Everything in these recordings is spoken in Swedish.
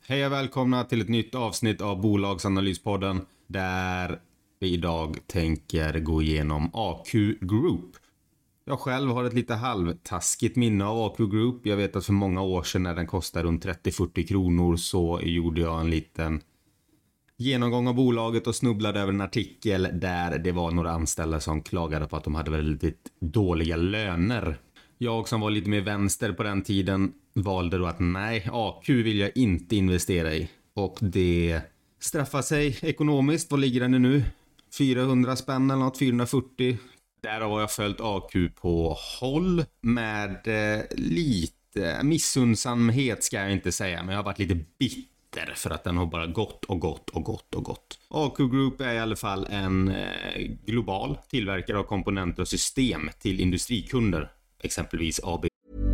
Hej och välkomna till ett nytt avsnitt av Bolagsanalyspodden där vi idag tänker gå igenom AQ Group. Jag själv har ett lite halvtaskigt minne av AQ Group. Jag vet att för många år sedan när den kostade runt 30-40 kronor så gjorde jag en liten genomgång av bolaget och snubblade över en artikel där det var några anställda som klagade på att de hade väldigt dåliga löner. Jag som var lite mer vänster på den tiden valde då att nej, AQ vill jag inte investera i. Och det straffar sig ekonomiskt. Vad ligger den nu? 400 spänn eller något, 440. Där har jag följt AQ på håll med lite missundsamhet ska jag inte säga. Men jag har varit lite bitter för att den har bara gått och gått. AQ Group är i alla fall en global tillverkare av komponenter och system till industrikunder. Exempelvis AB.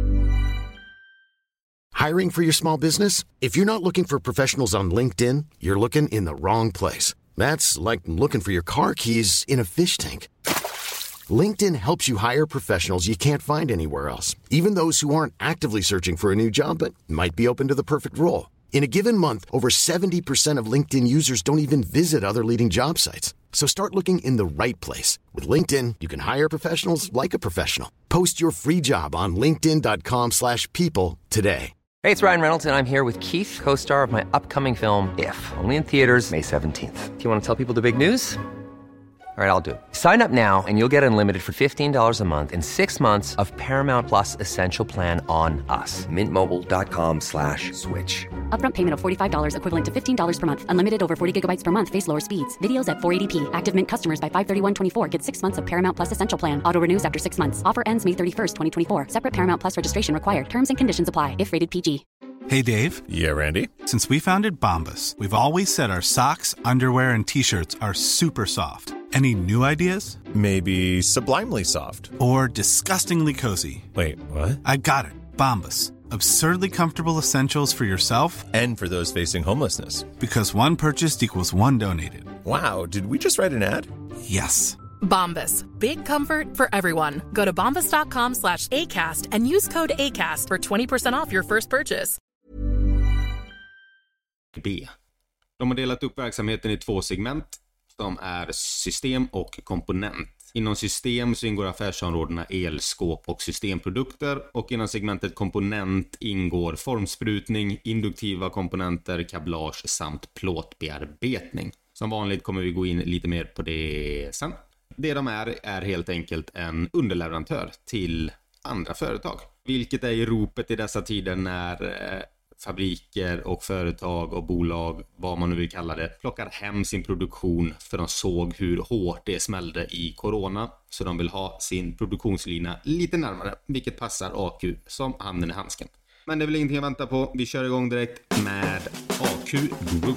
Hiring for your small business? If you're not looking for professionals on LinkedIn, you're looking in the wrong place. That's like looking for your car keys in a fish tank. LinkedIn helps you hire professionals you can't find anywhere else, even those who aren't actively searching for a new job but might be open to the perfect role. In a given month, over 70% of LinkedIn users don't even visit other leading job sites. So start looking in the right place. With LinkedIn, you can hire professionals like a professional. Post your free job on linkedin.com/people today. Hey, it's Ryan Reynolds, and I'm here with Keith, co-star of my upcoming film, If, only in theaters May 17th. Do you want to tell people the big news? All right, I'll do it. Sign up now and you'll get unlimited for $15 a month and 6 months of Paramount Plus Essential Plan on us. Mintmobile.com/switch. Upfront payment of $45 equivalent to $15 per month. Unlimited over 40 gigabytes per month. Face lower speeds. Videos at 480p. Active Mint customers by 531.24 get 6 months of Paramount Plus Essential Plan. Auto renews after 6 months. Offer ends May 31st, 2024. Separate Paramount Plus registration required. Terms and conditions apply if rated PG. Hey, Dave. Yeah, Randy. Since we founded Bombas, we've always said our socks, underwear, and T-shirts are super soft. Any new ideas? Maybe sublimely soft. Or disgustingly cozy. Wait, what? I got it. Bombas. Absurdly comfortable essentials for yourself And for those facing homelessness. because one purchased equals one donated. Wow, did we just write an ad? Yes. Bombas. Big comfort for everyone. Go to bombas.com/ACAST and use code ACAST for 20% off your first purchase. B. De har delat upp verksamheten i 2 segment som är system och komponent. Inom system så ingår affärsområdena elskåp och systemprodukter och inom segmentet komponent ingår formsprutning, induktiva komponenter, kablage samt plåtbearbetning. Som vanligt kommer vi gå in lite mer på det sen. Det de är helt enkelt en underleverantör till andra företag. Vilket är i ropet i dessa tider när fabriker och företag och bolag, vad man nu vill kalla det, plockar hem sin produktion för de såg hur hårt det smällde i corona. Så de vill ha sin produktionslina lite närmare, vilket passar AQ som handen i handsken. Men det är väl ingenting att vänta på. Vi kör igång direkt med AQ Group.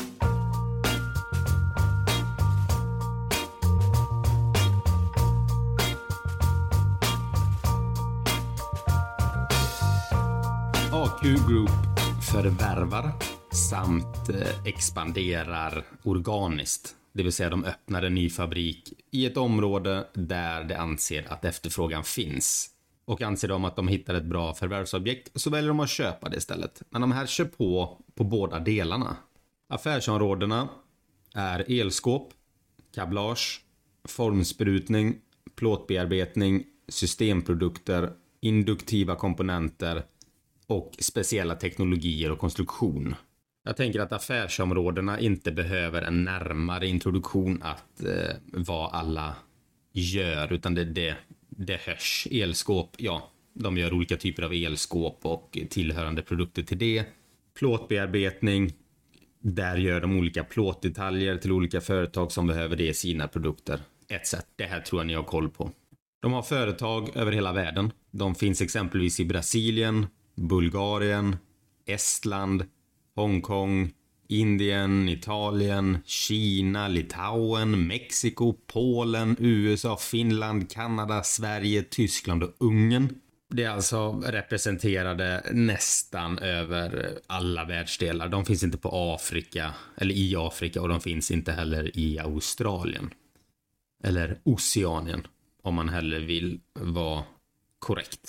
AQ Group förvärvar samt expanderar organiskt. Det vill säga de öppnar en ny fabrik i ett område där de anser att efterfrågan finns. Och anser de att de hittar ett bra förvärvsobjekt så väljer de att köpa det istället. Men de här kör på båda delarna. Affärsområdena är elskåp, kablage, formsprutning, plåtbearbetning, systemprodukter, induktiva komponenter och speciella teknologier och konstruktion. Jag tänker att affärsområdena inte behöver en närmare introduktion att vad alla gör, utan det hörs. Elskåp, ja, de gör olika typer av elskåp och tillhörande produkter till det. Plåtbearbetning, där gör de olika plåtdetaljer till olika företag som behöver det i sina produkter. Etc. Det här tror jag ni har koll på. De har företag över hela världen. De finns exempelvis i Brasilien, Bulgarien, Estland, Hongkong, Indien, Italien, Kina, Litauen, Mexiko, Polen, USA, Finland, Kanada, Sverige, Tyskland och Ungern. Det är alltså representerade nästan över alla världsdelar. De finns inte på Afrika eller i Afrika och de finns inte heller i Australien. Eller Oceanien om man heller vill vara korrekt.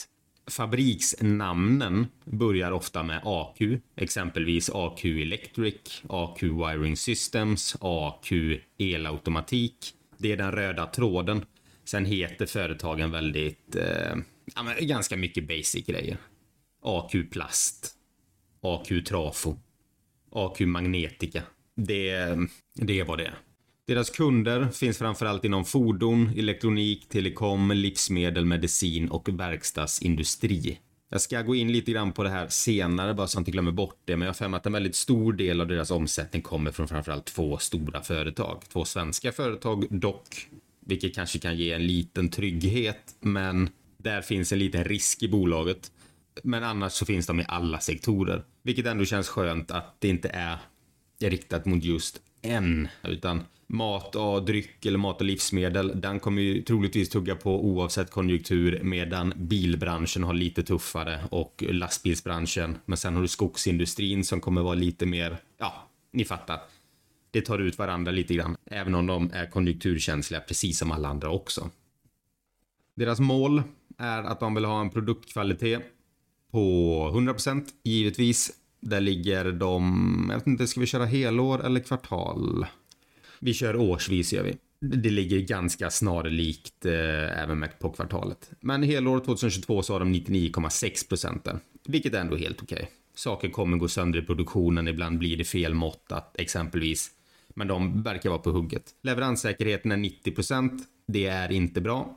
Fabriksnamnen börjar ofta med AQ, exempelvis AQ Electric, AQ Wiring Systems, AQ Elautomatik. Det är den röda tråden. Sen heter företagen väldigt, ganska mycket basic grejer. AQ Plast, AQ Trafo, AQ Magnetica. Det är vad det är. Deras kunder finns framförallt inom fordon, elektronik, telekom, livsmedel, medicin och verkstadsindustri. Jag ska gå in lite grann på det här senare bara så jag inte glömmer bort det, men jag har för mig att en väldigt stor del av deras omsättning kommer från framförallt 2 stora företag. 2 svenska företag dock, vilket kanske kan ge en liten trygghet, men där finns en liten risk i bolaget. Men annars så finns de i alla sektorer, vilket ändå känns skönt att det inte är riktat mot just en, utan mat och dryck eller mat och livsmedel, den kommer ju troligtvis tugga på oavsett konjunktur, medan bilbranschen har lite tuffare och lastbilsbranschen, men sen har du skogsindustrin som kommer vara lite mer, ni fattar. Det tar ut varandra lite grann, även om de är konjunkturkänsliga precis som alla andra också. Deras mål är att de vill ha en produktkvalitet på 100%, givetvis. Där ligger de, jag vet inte, ska vi köra helår eller kvartal? Vi kör årsvis gör vi. Det ligger ganska snarlikt även på kvartalet. Men helår 2022 så har de 99,6% där, vilket är ändå helt okej. Saker kommer gå sönder i produktionen, ibland blir det fel måttat exempelvis. Men de verkar vara på hugget. Leveranssäkerheten är 90%, det är inte bra.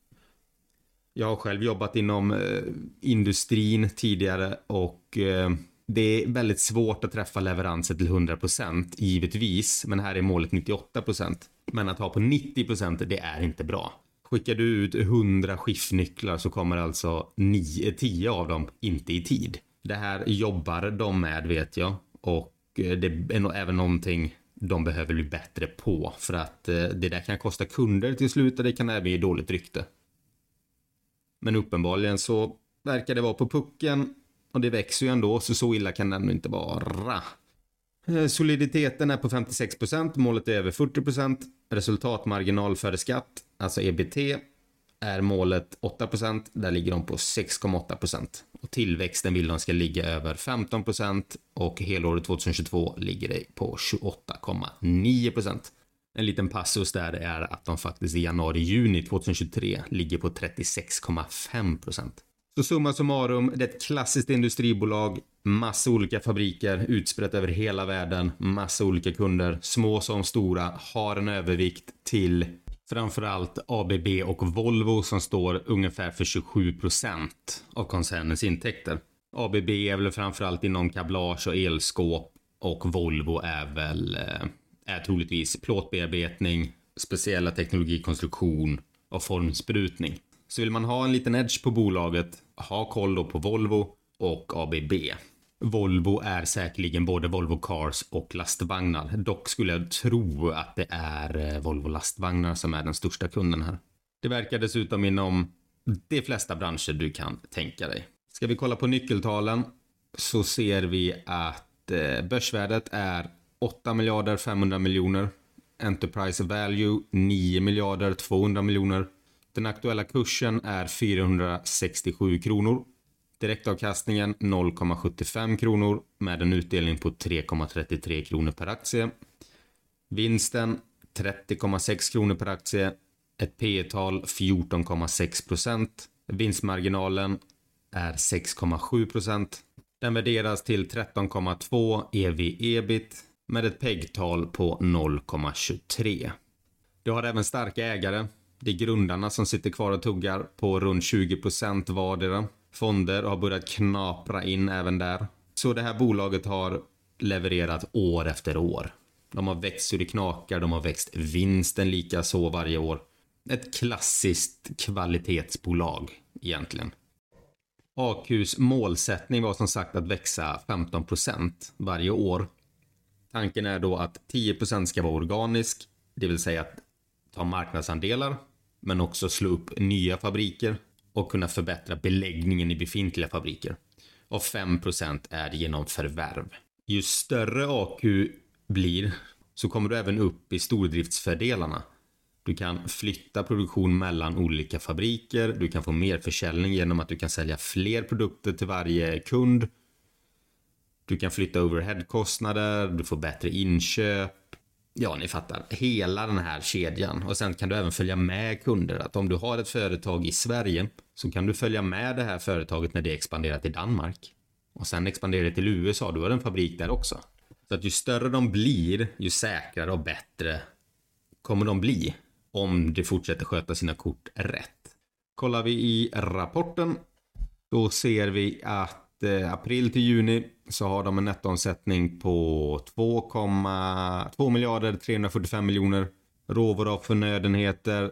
Jag har själv jobbat inom industrin tidigare och det är väldigt svårt att träffa leveranser till 100%, givetvis. Men här är målet 98%. Men att ha på 90%, det är inte bra. Skickar du ut 100 skiftnycklar så kommer alltså 10 av dem inte i tid. Det här jobbar de med, vet jag. Och det är nog även någonting de behöver bli bättre på. För att det där kan kosta kunder till slut och det kan även ge dåligt rykte. Men uppenbarligen så verkar det vara på pucken. Och det växer ju ändå, så illa kan det ändå inte vara. Soliditeten är på 56%, målet är över 40%. Resultatmarginal före skatt, alltså EBT, är målet 8%. Där ligger de på 6,8%. Och tillväxten vill de ska ligga över 15%. Och helåret 2022 ligger det på 28,9%. En liten passus där är att de faktiskt i januari-juni 2023 ligger på 36,5%. Så summa summarum, det är ett klassiskt industribolag, massa olika fabriker utsprätt över hela världen, massa olika kunder, små som stora, har en övervikt till framförallt ABB och Volvo som står ungefär för 27% av koncernens intäkter. ABB är väl framförallt inom kablage och elskåp och Volvo är troligtvis plåtbearbetning, speciella teknologikonstruktion och formsprutning. Så vill man ha en liten edge på bolaget, ha koll då på Volvo och ABB. Volvo är säkerligen både Volvo Cars och lastvagnar. Dock skulle jag tro att det är Volvo lastvagnar som är den största kunden här. Det verkar dessutom inom de flesta branscher du kan tänka dig. Ska vi kolla på nyckeltalen så ser vi att börsvärdet är 8 miljarder 500 miljoner. Enterprise value 9 miljarder 200 miljoner. Den aktuella kursen är 467 kronor. Direktavkastningen 0,75 kronor med en utdelning på 3,33 kronor per aktie. Vinsten 30,6 kronor per aktie. Ett P/tal 14,6%. Vinstmarginalen är 6,7%. Den värderas till 13,2 EV/EBIT med ett PEG-tal på 0,23. Det har även starka ägare. Det är grundarna som sitter kvar och tuggar på runt 20% vardera. Fonder har börjat knapra in även där. Så det här bolaget har levererat år efter år. De har växt så det knakar, de har växt vinsten lika så varje år. Ett klassiskt kvalitetsbolag egentligen. AQs målsättning var som sagt att växa 15% varje år. Tanken är då att 10% ska vara organisk, det vill säga att ta marknadsandelar, men också slå upp nya fabriker och kunna förbättra beläggningen i befintliga fabriker. Och 5% är genom förvärv. Ju större AQ blir så kommer du även upp i stordriftsfördelarna. Du kan flytta produktion mellan olika fabriker. Du kan få mer försäljning genom att du kan sälja fler produkter till varje kund. Du kan flytta overheadkostnader. Du får bättre inköp. Ja, ni fattar. Hela den här kedjan. Och sen kan du även följa med kunder. Att om du har ett företag i Sverige så kan du följa med det här företaget när det expanderar till Danmark. Och sen expanderar det till USA. Du har en fabrik där också. Så att ju större de blir, ju säkrare och bättre kommer de bli. Om de fortsätter sköta sina kort rätt. Kollar vi i rapporten. Då ser vi att april till juni så har de en nettoomsättning på 2 miljarder 345 miljoner. Råvaror och förnödenheter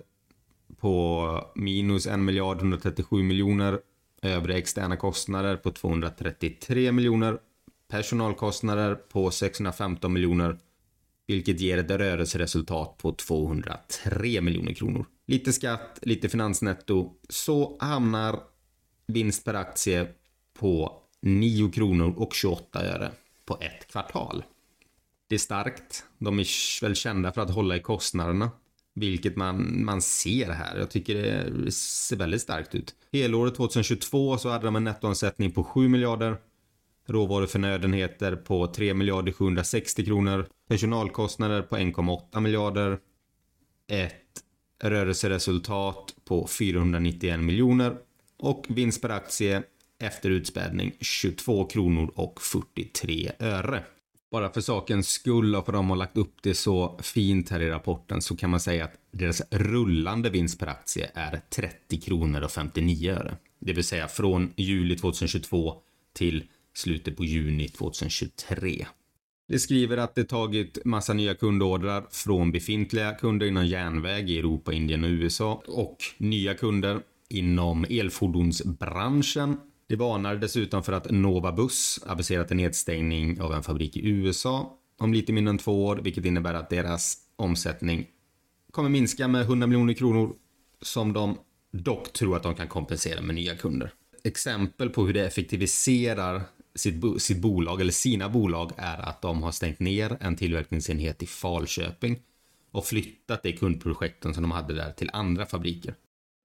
på minus 1 miljard 137 miljoner. Övriga externa kostnader på 233 miljoner. Personalkostnader på 615 miljoner. Vilket ger ett rörelseresultat på 203 miljoner kronor. Lite skatt, lite finansnetto. Så hamnar vinst per aktie på 9 kronor och 28 öre på ett kvartal. Det är starkt. De är väl kända för att hålla i kostnaderna. Vilket man ser här. Jag tycker det ser väldigt starkt ut. Helåret 2022 så hade de en nettoomsättning på 7 miljarder. Råvaruförnödenheter på 3 miljarder 760 kronor. Personalkostnader på 1,8 miljarder. Ett rörelseresultat på 491 miljoner. Och vinst per aktie efter utspädning 22 kronor och 43 öre. Bara för sakens skull och för de har lagt upp det så fint här i rapporten så kan man säga att deras rullande vinst per aktie är 30 kronor och 59 öre. Det vill säga från juli 2022 till slutet på juni 2023. Det skriver att det tagit massa nya kundordrar från befintliga kunder inom järnväg i Europa, Indien och USA och nya kunder inom elfordonsbranschen. Det varnar dessutom för att Nova Bus aviserat en nedstängning av en fabrik i USA om lite mindre än 2 år, vilket innebär att deras omsättning kommer minska med 100 miljoner kronor som de dock tror att de kan kompensera med nya kunder. Exempel på hur det effektiviserar sitt bolag eller sina bolag är att de har stängt ner en tillverkningsenhet i Falköping och flyttat det kundprojekten som de hade där till andra fabriker.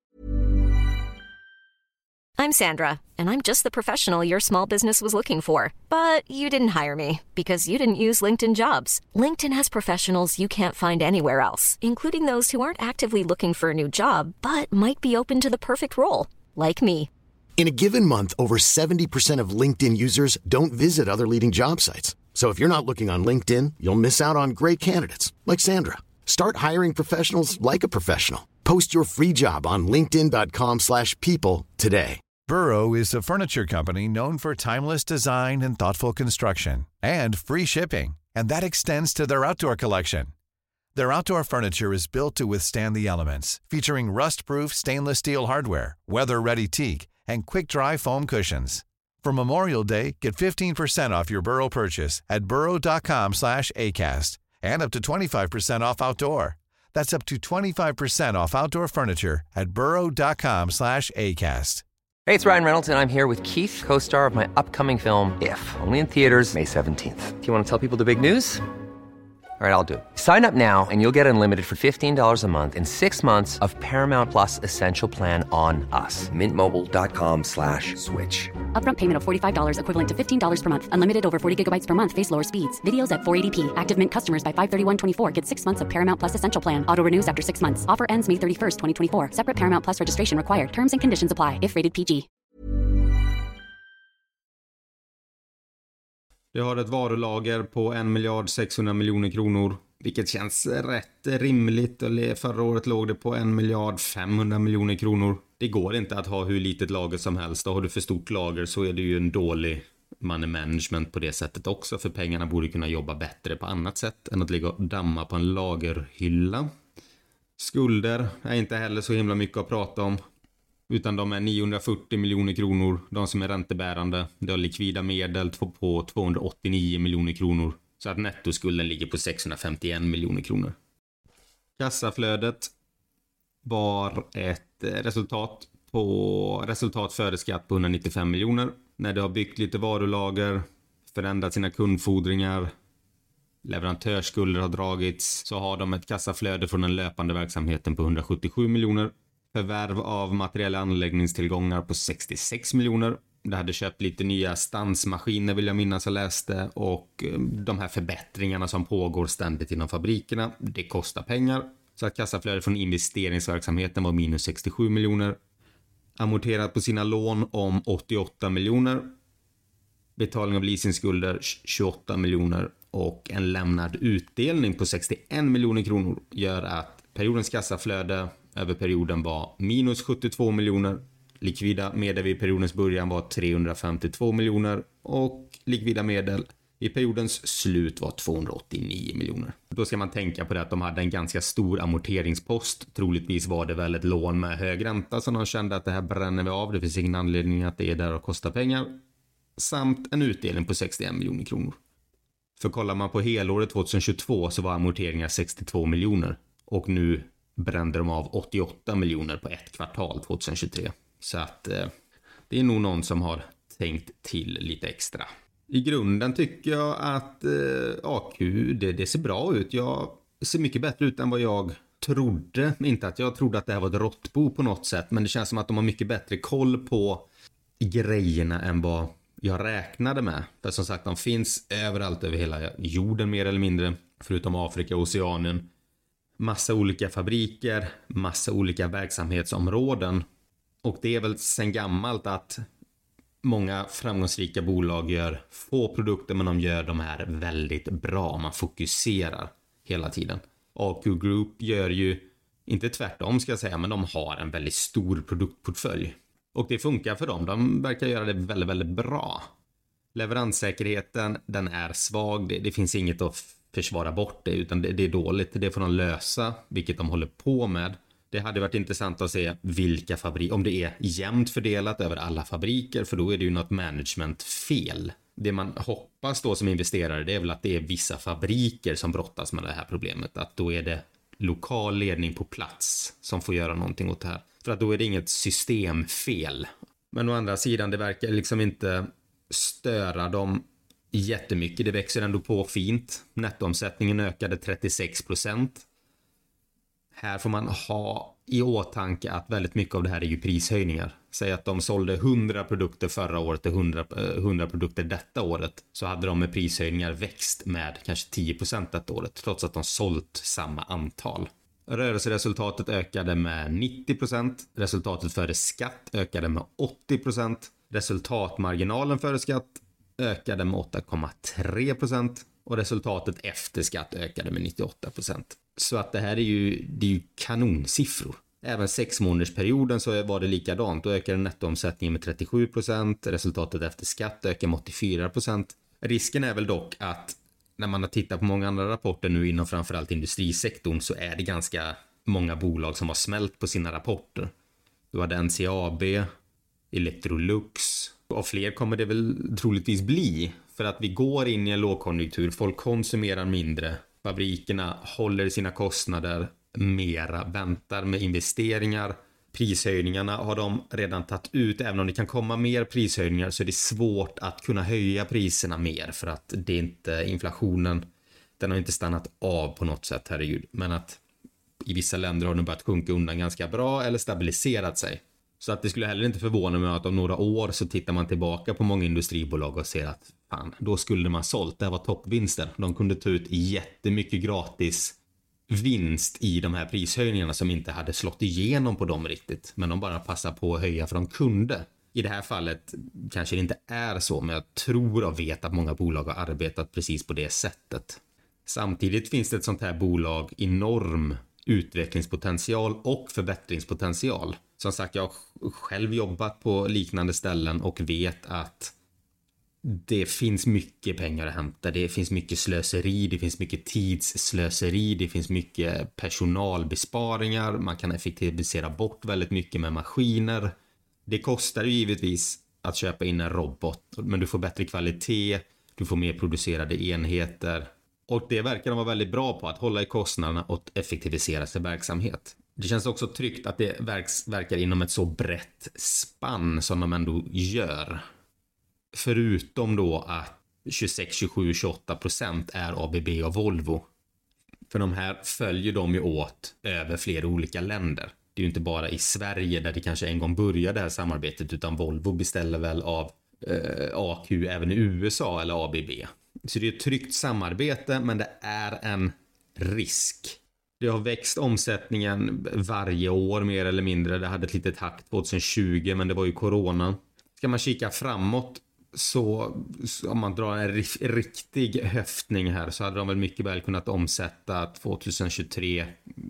I'm Sandra, and I'm just the professional your small business was looking for. But you didn't hire me because you didn't use LinkedIn Jobs. LinkedIn has professionals you can't find anywhere else, including those who aren't actively looking for a new job, but might be open to the perfect role, like me. In a given month, over 70% of LinkedIn users don't visit other leading job sites. So if you're not looking on LinkedIn, you'll miss out on great candidates like Sandra. Start hiring professionals like a professional. Post your free job on linkedin.com/people today. Burrow is a furniture company known for timeless design and thoughtful construction and free shipping, and that extends to their outdoor collection. Their outdoor furniture is built to withstand the elements, featuring rust-proof stainless steel hardware, weather-ready teak, and quick-dry foam cushions. For Memorial Day, get 15% off your Burrow purchase at burrow.com/acast, and up to 25% off outdoor. That's up to 25% off outdoor furniture at burrow.com/acast. Hey, it's Ryan Reynolds, and I'm here with Keith, co-star of my upcoming film, If, only in theaters May 17th. Do you want to tell people the big news? All right, I'll do it. Sign up now and you'll get unlimited for $15 a month and 6 months of Paramount Plus Essential Plan on us. MintMobile.com/switch. Upfront payment of $45 equivalent to $15 per month. Unlimited over 40 gigabytes per month. Face lower speeds. Videos at 480p. Active Mint customers by 531.24 get 6 months of Paramount Plus Essential Plan. Auto renews after 6 months. Offer ends May 31st, 2024. Separate Paramount Plus registration required. Terms and conditions apply if rated PG. Det har ett varulager på 1 miljard 600 miljoner kronor. Vilket känns rätt rimligt. Förra året låg det på 1 miljard 500 miljoner kronor. Det går inte att ha hur litet lager som helst. Har du för stort lager så är det ju en dålig money management på det sättet också. För pengarna borde kunna jobba bättre på annat sätt än att ligga och damma på en lagerhylla. Skulder är inte heller så himla mycket att prata om. Utan de är 940 miljoner kronor. De som är räntebärande. Det har likvida medel på 289 miljoner kronor. Så att nettoskulden ligger på 651 miljoner kronor. Kassaflödet var ett resultat före skatt på 195 miljoner. När det har byggt lite varulager, förändrat sina kundfordringar, leverantörsskulder har dragits, så har de ett kassaflöde från den löpande verksamheten på 177 miljoner. Förvärv av materiella anläggningstillgångar på 66 miljoner. Det hade köpt lite nya stansmaskiner vill jag minnas jag läste, och de här förbättringarna som pågår ständigt inom fabrikerna, det kostar pengar. Så att kassaflödet från investeringsverksamheten var minus 67 miljoner. Amorterat på sina lån om 88 miljoner. Betalning av leasingskulder 28 miljoner och en lämnad utdelning på 61 miljoner kronor gör att periodens kassaflöde över perioden var minus 72 miljoner. Likvida medel vid periodens början var 352 miljoner och likvida medel i periodens slut var 289 miljoner. Då ska man tänka på det att de hade en ganska stor amorteringspost. Troligtvis var det väl ett lån med hög ränta som de kände att det här bränner vi av. Det finns ingen anledning att det är där och kostar pengar. Samt en utdelning på 61 miljoner kronor. För kollar man på helåret 2022 så var amorteringar 62 miljoner. Och nu brände de av 88 miljoner på ett kvartal 2023. Så att det är nog någon som har tänkt till lite extra. I grunden tycker jag att AQ, det ser bra ut. Jag ser mycket bättre ut än vad jag trodde. Inte att jag trodde att det här var ett råttbo på något sätt. Men det känns som att de har mycket bättre koll på grejerna än vad jag räknade med. För som sagt, de finns överallt över hela jorden mer eller mindre. Förutom Afrika och Oceanien. Massa olika fabriker, massa olika verksamhetsområden. Och det är väl sen gammalt att många framgångsrika bolag gör få produkter men de gör de här väldigt bra. Man fokuserar hela tiden. AQ Group gör ju inte tvärtom ska jag säga, men de har en väldigt stor produktportfölj. Och det funkar för dem. De verkar göra det väldigt, väldigt bra. Leveranssäkerheten, den är svag. Det finns inget att försvara bort det utan det är dåligt. Det får de lösa, vilket de håller på med. Det hade varit intressant att se vilka fabriker, om det är jämnt fördelat över alla fabriker, för då är det ju något managementfel. Det man hoppas då som investerare, det är väl att det är vissa fabriker som brottas med det här problemet. Att då är det lokal ledning på plats som får göra någonting åt det här. För att då är det inget systemfel. Men å andra sidan, det verkar liksom inte störa dem jättemycket. Det växer ändå på fint. Nettoomsättningen ökade 36%. Här får man ha i åtanke att väldigt mycket av det här är ju prishöjningar. Säg att de sålde 100 produkter förra året och 100 produkter detta året. Så hade de med prishöjningar växt med kanske 10% detta året. Trots att de sålt samma antal. Rörelseresultatet ökade med 90%. Resultatet före skatt ökade med 80%. Resultatmarginalen före skatt ökade med 8,3%. Och resultatet efter skatt ökade med 98%. Så att det här är ju kanonsiffror. Även 6-månadersperioden så var det likadant. Då ökade nettoomsättningen med 37%. Resultatet efter skatt ökade med 84%. Risken är väl dock att när man har tittat på många andra rapporter nu inom framförallt industrisektorn så är det ganska många bolag som har smält på sina rapporter. Du hade NCAB, Electrolux och fler kommer det väl troligtvis bli. För att vi går in i en lågkonjunktur, folk konsumerar mindre. Fabrikerna håller sina kostnader mera, väntar med investeringar. Prishöjningarna har de redan tagit ut. Även om det kan komma mer prishöjningar så är det svårt att kunna höja priserna mer. För att det är inte inflationen, den har inte stannat av på något sätt, herregud. Men att i vissa länder har den börjat sjunka undan ganska bra eller stabiliserat sig. Så att det skulle heller inte förvåna mig att om några år så tittar man tillbaka på många industribolag och ser att fan, då skulle man sålt. Det var toppvinster. De kunde ta ut jättemycket gratis vinst i de här prishöjningarna som inte hade slått igenom på dem riktigt. Men de bara passar på att höja för de kunde. I det här fallet kanske det inte är så, men jag tror och vet att många bolag har arbetat precis på det sättet. Samtidigt finns det ett sånt här bolag enorm utvecklingspotential och förbättringspotential. Som sagt, jag har själv jobbat på liknande ställen och vet att det finns mycket pengar att hämta. Det finns mycket slöseri, det finns mycket tidsslöseri, det finns mycket personalbesparingar. Man kan effektivisera bort väldigt mycket med maskiner. Det kostar ju givetvis att köpa in en robot, men du får bättre kvalitet, du får mer producerade enheter. Och det verkar de vara väldigt bra på, att hålla i kostnaderna och effektivisera sin verksamhet. Det känns också tryggt att det verkar inom ett så brett spann som de ändå gör. Förutom då att 26, 27, 28% är ABB och Volvo. För de här följer de ju åt över flera olika länder. Det är ju inte bara i Sverige där det kanske en gång började det här samarbetet, utan Volvo beställer väl av AQ även i USA eller ABB. Så det är ett tryggt samarbete, men det är en risk. Det har växt omsättningen varje år mer eller mindre. Det hade ett litet hack 2020, men det var ju corona. Ska man kika framåt så om man drar en riktig höftning här så hade de väl mycket väl kunnat omsätta 2023,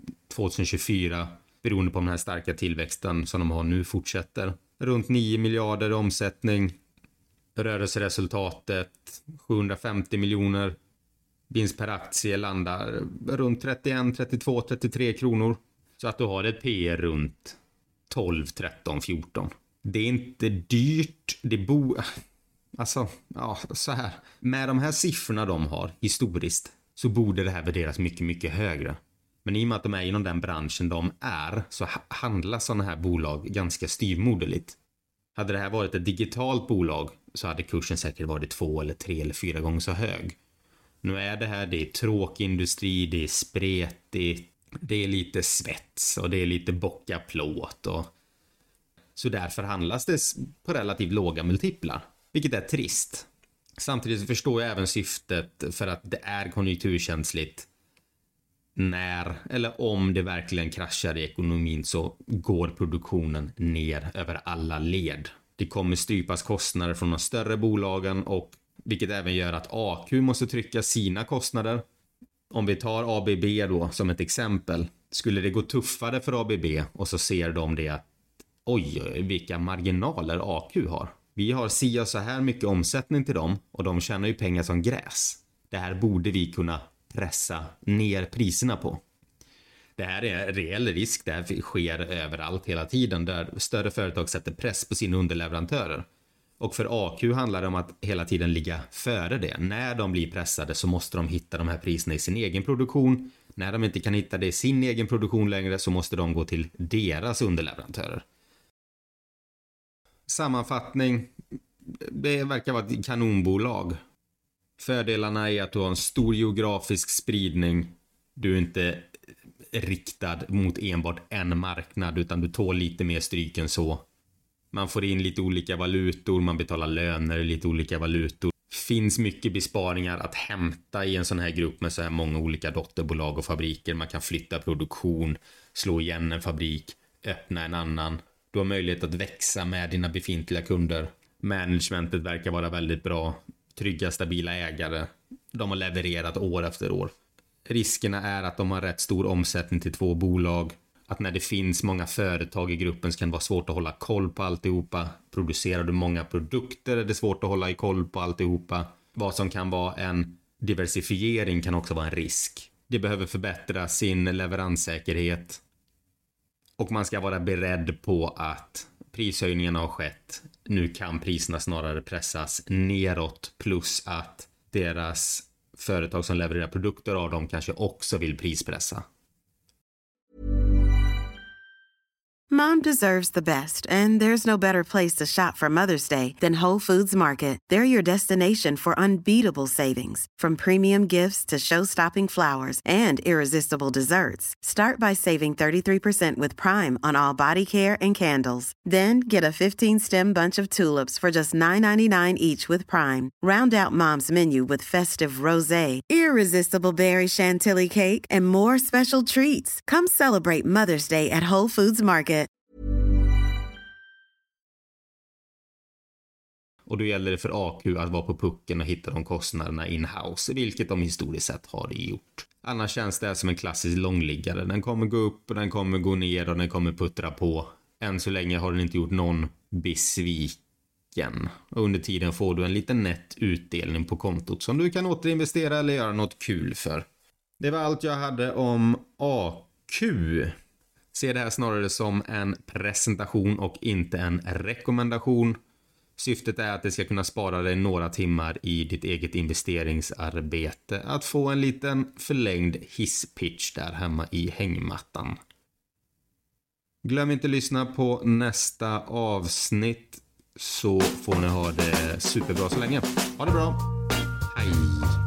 2024 beroende på om den här starka tillväxten som de har nu fortsätter. Runt 9 miljarder i omsättning. Rörelseresultatet 750 miljoner. Vinst per aktie landar runt 31, 32, 33 kronor. Så att du har ett P runt 12, 13, 14. Det är inte dyrt. Alltså, ja, så här. Med de här siffrorna de har historiskt så borde det här värderas mycket, mycket högre. Men i och med att de är inom den branschen de är så handlar sådana här bolag ganska styvmoderligt. Hade det här varit ett digitalt bolag så hade kursen säkert varit 2 eller 3 eller 4 gånger så hög. Nu är det är tråkig industri, det är spretigt, det är lite svets och det är lite bockaplåt och så därför handlas det på relativt låga multiplar, vilket är trist. Samtidigt så förstår jag även syftet för att det är konjunkturkänsligt. När eller om det verkligen kraschar i ekonomin så går produktionen ner över alla led. Det kommer strypas kostnader från de större bolagen och vilket även gör att AQ måste trycka sina kostnader. Om vi tar ABB då som ett exempel. Skulle det gå tuffare för ABB och så ser de det att oj, vilka marginaler AQ har. Vi har så här mycket omsättning till dem och de tjänar ju pengar som gräs. Det här borde vi kunna pressa ner priserna på. Det här är en reell risk. Det här sker överallt hela tiden där större företag sätter press på sina underleverantörer. Och för AQ handlar det om att hela tiden ligga före det. När de blir pressade så måste de hitta de här priserna i sin egen produktion. När de inte kan hitta det i sin egen produktion längre så måste de gå till deras underleverantörer. Sammanfattning. Det verkar vara ett kanonbolag. Fördelarna är att du har en stor geografisk spridning. Du är inte riktad mot enbart en marknad utan du tål lite mer stryk än så. Man får in lite olika valutor, man betalar löner i lite olika valutor. Finns mycket besparingar att hämta i en sån här grupp med så här många olika dotterbolag och fabriker. Man kan flytta produktion, slå igen en fabrik, öppna en annan. Du har möjlighet att växa med dina befintliga kunder. Managementet verkar vara väldigt bra. Trygga, stabila ägare. De har levererat år efter år. Riskerna är att de har rätt stor omsättning till 2 bolag. Att när det finns många företag i gruppen så kan det vara svårt att hålla koll på alltihopa. Producerar du många produkter är det svårt att hålla i koll på alltihopa. Vad som kan vara en diversifiering kan också vara en risk. Det behöver förbättra sin leveranssäkerhet. Och man ska vara beredd på att prishöjningarna har skett. Nu kan priserna snarare pressas neråt plus att deras företag som levererar produkter av dem kanske också vill prispressa. Mom deserves the best, and there's no better place to shop for Mother's Day than Whole Foods Market. They're your destination for unbeatable savings, from premium gifts to show-stopping flowers and irresistible desserts. Start by saving 33% with Prime on all body care and candles. Then get a 15-stem bunch of tulips for just $9.99 each with Prime. Round out Mom's menu with festive rosé, irresistible berry chantilly cake, and more special treats. Come celebrate Mother's Day at Whole Foods Market. Och då gäller det för AQ att vara på pucken och hitta de kostnaderna in-house, vilket de historiskt sett har gjort. Annars känns det som en klassisk långliggare. Den kommer gå upp och den kommer gå ner och den kommer puttra på. Än så länge har den inte gjort någon besviken. Och under tiden får du en liten nätt utdelning på kontot som du kan återinvestera eller göra något kul för. Det var allt jag hade om AQ. Se det här snarare som en presentation och inte en rekommendation. Syftet är att det ska kunna spara dig några timmar i ditt eget investeringsarbete. Att få en liten förlängd hisspitch där hemma i hängmattan. Glöm inte att lyssna på nästa avsnitt så får ni ha det superbra så länge. Ha det bra! Hej!